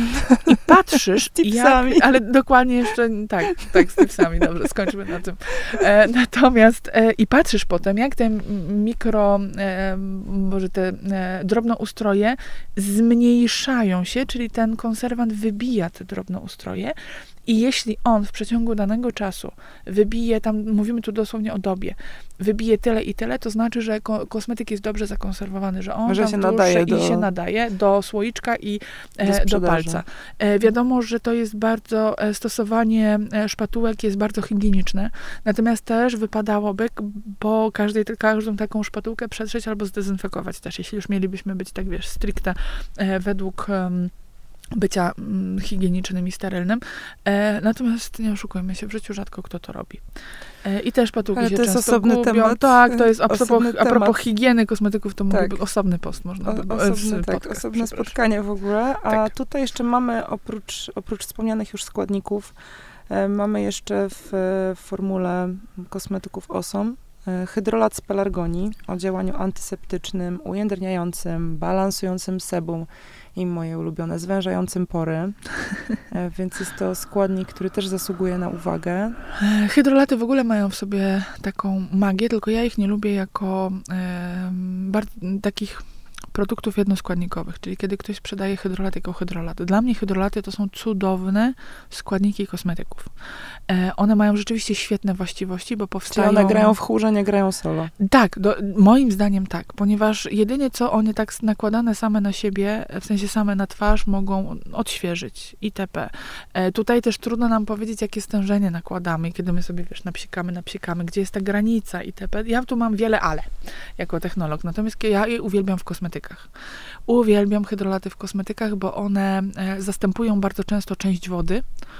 I patrzysz, jak, ale dokładnie jeszcze, tak, tak, z tipsami, dobrze, skończmy na tym. E, natomiast e, i patrzysz potem, jak te mikro, e, może te e, drobnoustroje zmniejszają się, czyli ten konserwant wybija te drobnoustroje. I jeśli on w przeciągu danego czasu wybije, tam mówimy tu dosłownie o dobie, wybije tyle i tyle, to znaczy, że ko- kosmetyk jest dobrze zakonserwowany, że on że tam się nadaje do... i się nadaje do słoiczka i e, do, do palca. E, wiadomo, że to jest bardzo, e, stosowanie e, szpatułek jest bardzo higieniczne, natomiast też wypadałoby po każdej, każdą taką szpatułkę przetrzeć albo zdezynfekować też, jeśli już mielibyśmy być, tak wiesz, stricte e, według... Um, bycia mm, higienicznym i sterylnym. E, natomiast nie oszukujmy się, w życiu rzadko kto to robi. E, I też patułki Ale się to jest często osobny gubią. temat. Tak, to jest a propos, a propos temat. higieny kosmetyków, to tak. mógłby osobny post można by, o, osobny, w tak, podcast, osobne spotkanie w ogóle. A tak. tutaj jeszcze mamy, oprócz, oprócz wspomnianych już składników, e, mamy jeszcze w, w formule kosmetyków Osom e, hydrolat z pelargonii o działaniu antyseptycznym, ujędrniającym, balansującym sebum i moje ulubione, zwężającym pory. E, więc jest to składnik, który też zasługuje na uwagę. Hydrolaty w ogóle mają w sobie taką magię, tylko ja ich nie lubię jako e, bar- takich produktów jednoskładnikowych, czyli kiedy ktoś sprzedaje hydrolat jako hydrolat. Dla mnie hydrolaty to są cudowne składniki kosmetyków. E, one mają rzeczywiście świetne właściwości, bo powstają... Czyli one grają w chórze, nie grają solo. Tak, do, moim zdaniem tak, ponieważ jedynie co one tak nakładane same na siebie, w sensie same na twarz, mogą odświeżyć itp. E, tutaj też trudno nam powiedzieć, jakie stężenie nakładamy, kiedy my sobie, wiesz, napsikamy, napsikamy, gdzie jest ta granica itp. Ja tu mam wiele ale, jako technolog, natomiast ja je uwielbiam w kosmetykach. Uwielbiam hydrolaty w kosmetykach, bo one e, zastępują bardzo często część wody,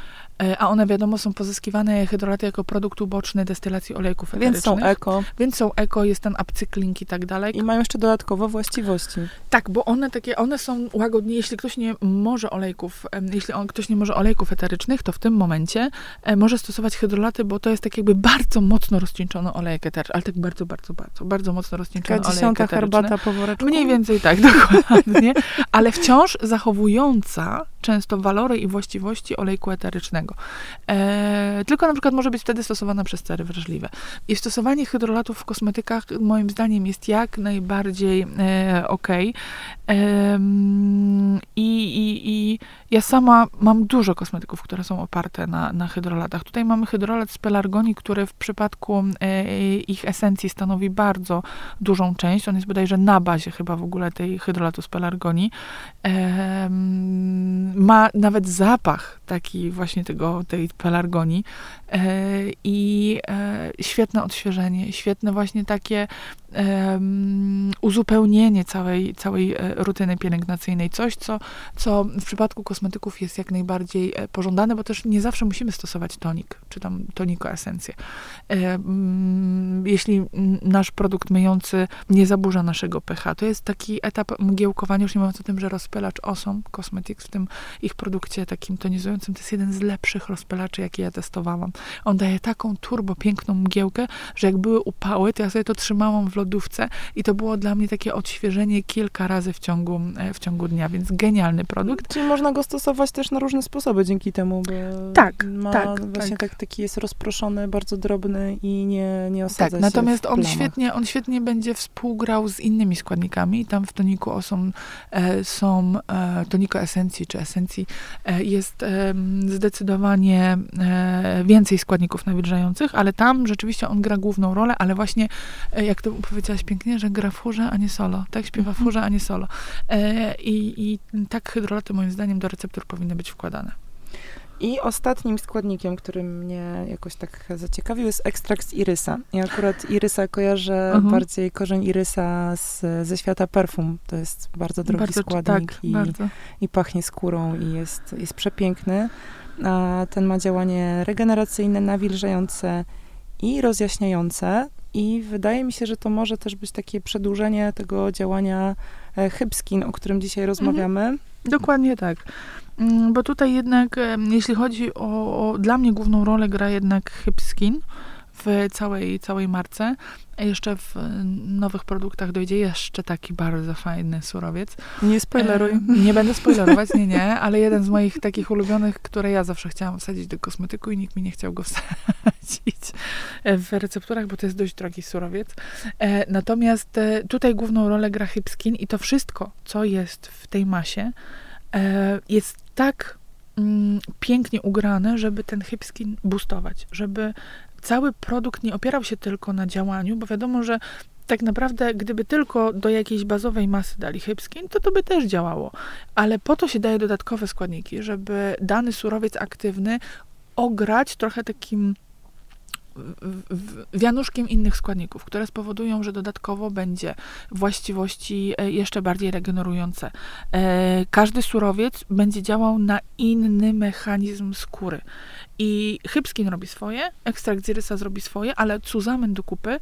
e, a one, wiadomo, są pozyskiwane hydrolaty jako produkt uboczny destylacji olejków eterycznych. Więc są eko. Więc są eko, jest ten upcykling i tak dalej. I mają jeszcze dodatkowo właściwości. Tak, bo one takie, one są łagodnie, jeśli ktoś nie może olejków, e, jeśli on, ktoś nie może olejków eterycznych, to w tym momencie e, może stosować hydrolaty, bo to jest tak jakby bardzo mocno rozcieńczony olejek eteryczny, ale tak bardzo, bardzo, bardzo, bardzo mocno rozcieńczony olejek eteryczny. Dziesiąta herbata po woreczku? Mniej więcej tak, dokładnie. Ale wciąż zachowująca często walory i właściwości olejku eterycznego. E, tylko na przykład może być wtedy stosowana przez cery wrażliwe. I stosowanie hydrolatów w kosmetykach moim zdaniem jest jak najbardziej e, okej. Okay. E, i, i, I ja sama mam dużo kosmetyków, które są oparte na, na hydrolatach. Tutaj mamy hydrolat z pelargonii, który w przypadku e, ich esencji stanowi bardzo dużą część. On jest bodajże na bazie chyba w ogóle tej hydrolatu z pelargonii. E, ma nawet zapach taki właśnie tego, tej pelargonii e, i e, świetne odświeżenie, świetne właśnie takie e, uzupełnienie całej, całej rutyny pielęgnacyjnej. Coś, co, co w przypadku kosmetyków jest jak najbardziej pożądane, bo też nie zawsze musimy stosować tonik, czy tam toniko-esencję. E, jeśli nasz produkt myjący nie zaburza naszego pH, to jest taki etap mgiełkowania, już nie mówiąc o tym, że rozpylacz Awesome Cosmetics w tym ich produkcie takim tonizującym, to jest jeden z lepszych rozpylaczy, jakie ja testowałam. On daje taką turbo piękną mgiełkę, że jak były upały, to ja sobie to trzymałam w lodówce i to było dla mnie takie odświeżenie kilka razy w ciągu, w ciągu dnia, więc genialny produkt. Czyli można go stosować też na różne sposoby dzięki temu, bo tak, ma tak, właśnie tak. tak, taki jest rozproszony, bardzo drobny i nie, nie osadza tak, się natomiast w on plamach. świetnie, on świetnie będzie współgrał z innymi składnikami. Tam w toniku Awesome e, są e, toniko esencji czy esencji e, jest e, zdecydowanie e, więcej składników nawilżających, ale tam rzeczywiście on gra główną rolę, ale właśnie, e, jak to powiedziałaś pięknie, że gra w chórze, a nie solo. Tak śpiewa w chórze, a nie solo. E, i, I tak hydrolaty moim zdaniem do receptur powinny być wkładane. I ostatnim składnikiem, który mnie jakoś tak zaciekawił, jest ekstrakt z irysa. Ja akurat irysa kojarzę Mhm. bardziej korzeń irysa z, ze świata perfum. To jest bardzo drogi bardzo, składnik tak, i, bardzo. i pachnie skórą i jest, jest przepiękny. A ten ma działanie regeneracyjne, nawilżające i rozjaśniające. I wydaje mi się, że to może też być takie przedłużenie tego działania Hybskin, o którym dzisiaj rozmawiamy. Mhm. Dokładnie tak. Bo tutaj jednak, jeśli chodzi o, o... Dla mnie główną rolę gra jednak Hybskin w całej, całej marce. A jeszcze w nowych produktach dojdzie jeszcze taki bardzo fajny surowiec. Nie spoileruj. E, nie będę spoilerować, nie, nie, ale jeden z moich takich ulubionych, które ja zawsze chciałam wsadzić do kosmetyku i nikt mi nie chciał go wsadzić w recepturach, bo to jest dość drogi surowiec. E, natomiast e, tutaj główną rolę gra Hipskin i to wszystko, co jest w tej masie, e, jest tak mm, pięknie ugrane, żeby ten Hipskin boostować, żeby cały produkt nie opierał się tylko na działaniu, bo wiadomo, że tak naprawdę, gdyby tylko do jakiejś bazowej masy dali Hipskin, to to by też działało. Ale po to się daje dodatkowe składniki, żeby dany surowiec aktywny ograć trochę takim wianuszkiem innych składników, które spowodują, że dodatkowo będzie właściwości jeszcze bardziej regenerujące. Każdy surowiec będzie działał na inny mechanizm skóry. I Hipskin robi swoje, ekstrakt z irysa zrobi swoje, ale cuzamen do kupy,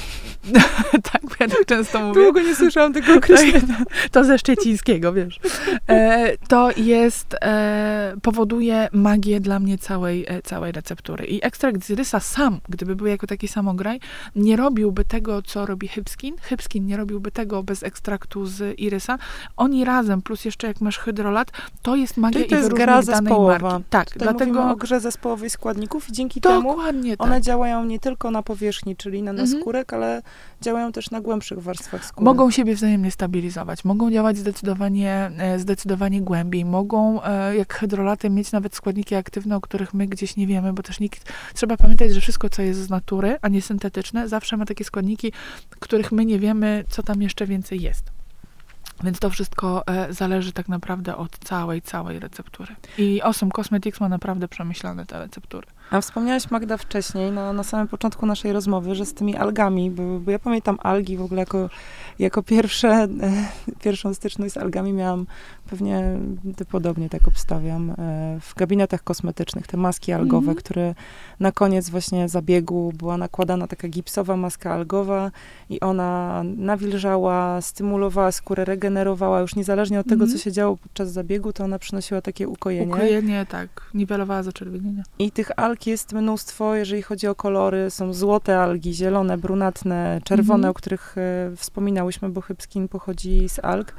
tak, bo ja tak często mówię. Długo nie słyszałam tego określenia. To ze szczecińskiego, wiesz. E, to jest, e, powoduje magię dla mnie całej, e, całej receptury. I ekstrakt z irysa sam, gdyby był jako taki samograj, nie robiłby tego, co robi Hipskin. Hipskin nie robiłby tego bez ekstraktu z irysa. Oni razem, plus jeszcze jak masz hydrolat, to jest magia Czyli to i jest wyróżnik gra danej zespołowa. marki. Tak, Tutaj dlatego... mówimy o grze zespołowej składników i dzięki Dokładnie temu one tak. działają nie tylko na powierzchni, czyli na naskórek, mhm. ale działają też na głębszych warstwach skóry. Mogą siebie wzajemnie stabilizować, mogą działać zdecydowanie, zdecydowanie głębiej, mogą jak hydrolaty mieć nawet składniki aktywne, o których my gdzieś nie wiemy, bo też nikt, trzeba pamiętać, że wszystko, co jest z natury, a nie syntetyczne, zawsze ma takie składniki, których my nie wiemy, co tam jeszcze więcej jest. Więc to wszystko e, zależy tak naprawdę od całej, całej receptury. I Awesome Cosmetics ma naprawdę przemyślane te receptury. A wspomniałaś, Magda, wcześniej, na, na samym początku naszej rozmowy, że z tymi algami, bo, bo ja pamiętam algi w ogóle jako, jako pierwsze, e, pierwszą styczność z algami miałam pewnie, ty podobnie tak obstawiam, e, w gabinetach kosmetycznych, te maski algowe, mm-hmm. które na koniec właśnie zabiegu była nakładana taka gipsowa maska algowa i ona nawilżała, stymulowała skórę, regenerowała, już niezależnie od tego, mm-hmm. co się działo podczas zabiegu, to ona przynosiła takie ukojenie. Ukojenie, tak, niwelowała zaczerwienienia. I tych alg jest mnóstwo, jeżeli chodzi o kolory. Są złote algi, zielone, brunatne, czerwone, mm-hmm. o których e, wspominałyśmy, bo Hipskin pochodzi z alg.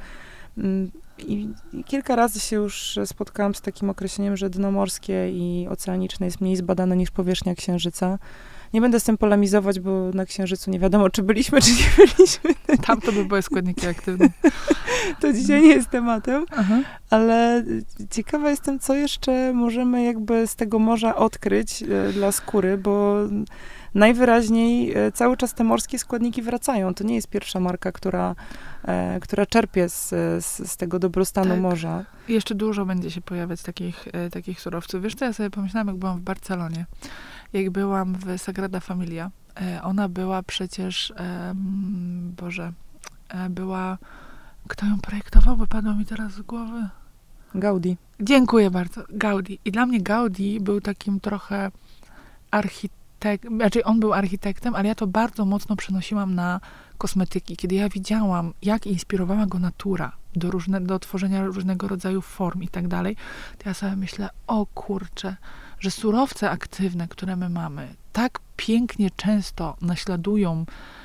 I, I kilka razy się już spotkałam z takim określeniem, że dno morskie i oceaniczne jest mniej zbadane niż powierzchnia Księżyca. Nie będę z tym polemizować, bo na Księżycu nie wiadomo, czy byliśmy, czy nie byliśmy. Tam to by były składniki aktywne. To dzisiaj nie jest tematem, Aha. ale ciekawa jestem, co jeszcze możemy jakby z tego morza odkryć e, dla skóry, bo najwyraźniej e, cały czas te morskie składniki wracają. To nie jest pierwsza marka, która, e, która czerpie z, z, z tego dobrostanu tak. morza. I jeszcze dużo będzie się pojawiać takich, e, takich surowców. Wiesz, co ja sobie pomyślałam, jak byłam w Barcelonie, jak byłam w Sagrada Familia. E, ona była przecież, e, Boże, e, była... Kto ją projektował? Wypadło mi teraz z głowy. Gaudi. Dziękuję bardzo. Gaudi. I dla mnie Gaudi był takim trochę architektem, znaczy on był architektem, ale ja to bardzo mocno przenosiłam na kosmetyki. Kiedy ja widziałam, jak inspirowała go natura do, różne, do tworzenia różnego rodzaju form i tak dalej, to ja sobie myślę, o kurczę, że surowce aktywne, które my mamy, tak pięknie często naśladują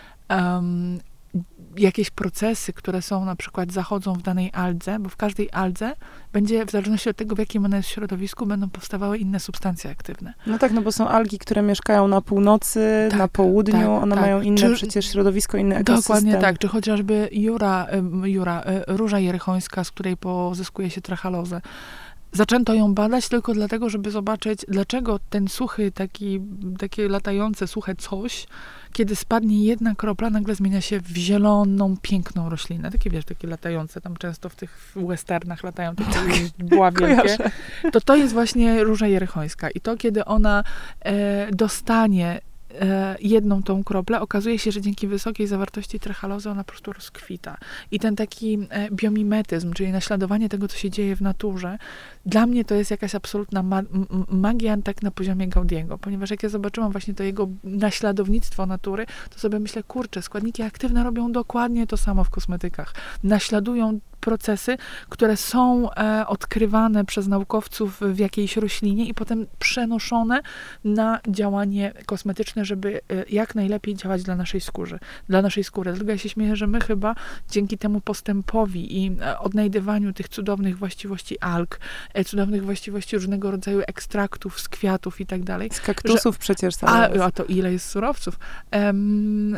um, jakieś procesy, które są na przykład zachodzą w danej aldze, bo w każdej aldze będzie, w zależności od tego, w jakim ona jest środowisku, będą powstawały inne substancje aktywne. No tak, no bo są algi, które mieszkają na północy, tak, na południu, tak, one tak. mają inne czy, przecież środowisko, inny ekosystem. Dokładnie tak, czy chociażby jura, jura, róża jerychońska, z której pozyskuje się trachalozę. Zaczęto ją badać tylko dlatego, żeby zobaczyć, dlaczego ten suchy, taki, takie latające, suche coś, kiedy spadnie jedna kropla, nagle zmienia się w zieloną, piękną roślinę. Takie, wiesz, takie latające, tam często w tych westernach latają takie bła wielkie. To to jest właśnie róża jerychońska. I to, kiedy ona e, dostanie e, jedną tą kroplę, okazuje się, że dzięki wysokiej zawartości trachalozy ona po prostu rozkwita. I ten taki e, biomimetyzm, czyli naśladowanie tego, co się dzieje w naturze, dla mnie to jest jakaś absolutna ma- m- magia tak na poziomie Gaudiego, ponieważ jak ja zobaczyłam właśnie to jego naśladownictwo natury, to sobie myślę, kurczę, składniki aktywne robią dokładnie to samo w kosmetykach. Naśladują procesy, które są e, odkrywane przez naukowców w jakiejś roślinie i potem przenoszone na działanie kosmetyczne, żeby e, jak najlepiej działać dla naszej skóry. Dla naszej skóry. Dlatego ja się śmieję, że my chyba dzięki temu postępowi i e, odnajdywaniu tych cudownych właściwości alg, e, cudownych właściwości różnego rodzaju ekstraktów z kwiatów i tak dalej. Z kaktusów że, przecież. A, a to ile jest surowców. Um,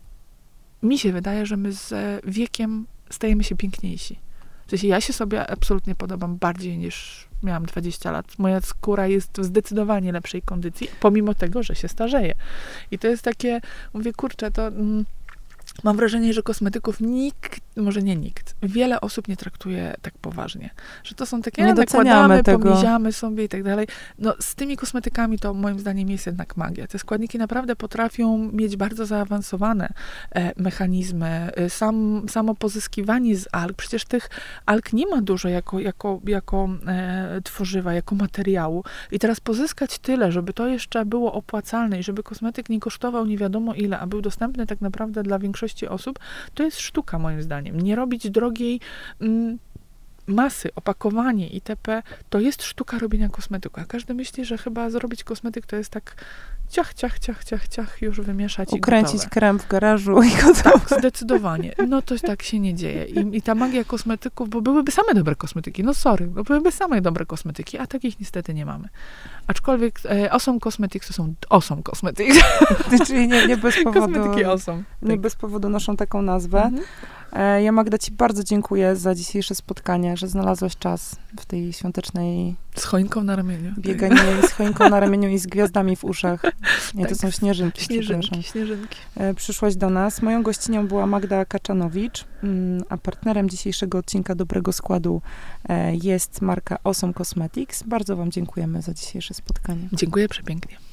mi się wydaje, że my z wiekiem stajemy się piękniejsi. W sensie ja się sobie absolutnie podobam bardziej niż miałam dwadzieścia lat. Moja skóra jest w zdecydowanie lepszej kondycji, pomimo tego, że się starzeje. I to jest takie, mówię, kurczę, to mm, mam wrażenie, że kosmetyków nikt, może nie nikt, wiele osób nie traktuje tak poważnie. Że to są takie, nie nakładamy, tego. pomiziamy sobie i tak dalej. No z tymi kosmetykami to moim zdaniem jest jednak magia. Te składniki naprawdę potrafią mieć bardzo zaawansowane e, mechanizmy. E, sam, samo pozyskiwanie z alg, przecież tych alg nie ma dużo jako, jako, jako e, tworzywa, jako materiału. I teraz pozyskać tyle, żeby to jeszcze było opłacalne i żeby kosmetyk nie kosztował nie wiadomo ile, a był dostępny tak naprawdę dla większości osób, to jest sztuka moim zdaniem. Nie robić drogiej mm, masy, opakowanie itp. To jest sztuka robienia kosmetyku. A każdy myśli, że chyba zrobić kosmetyk to jest tak ciach, ciach, ciach, ciach, ciach, już wymieszać ukręcić i gotowe. krem w garażu i gotowe. Tak, zdecydowanie. No to tak się nie dzieje. I, i ta magia kosmetyków, bo byłyby same dobre kosmetyki, no sorry, bo byłyby same dobre kosmetyki, a takich niestety nie mamy. Aczkolwiek e, Awesome Cosmetics to są Awesome Cosmetics. Czyli nie, nie bez powodu. Kosmetyki Awesome. Nie Tak. bez powodu noszą taką nazwę. Mhm. Ja, Magda, ci bardzo dziękuję za dzisiejsze spotkanie, że znalazłaś czas w tej świątecznej... Z choinką na ramieniu. Bieganie tak. z choinką na ramieniu i z gwiazdami w uszach. Nie, tak. to są śnieżynki. Śnieżynki, śnieżynki. Przyszłaś do nas. Moją gościnią była Magda Kaczanowicz, a partnerem dzisiejszego odcinka Dobrego Składu jest marka Awesome Cosmetics. Bardzo wam dziękujemy za dzisiejsze spotkanie. Dziękuję przepięknie.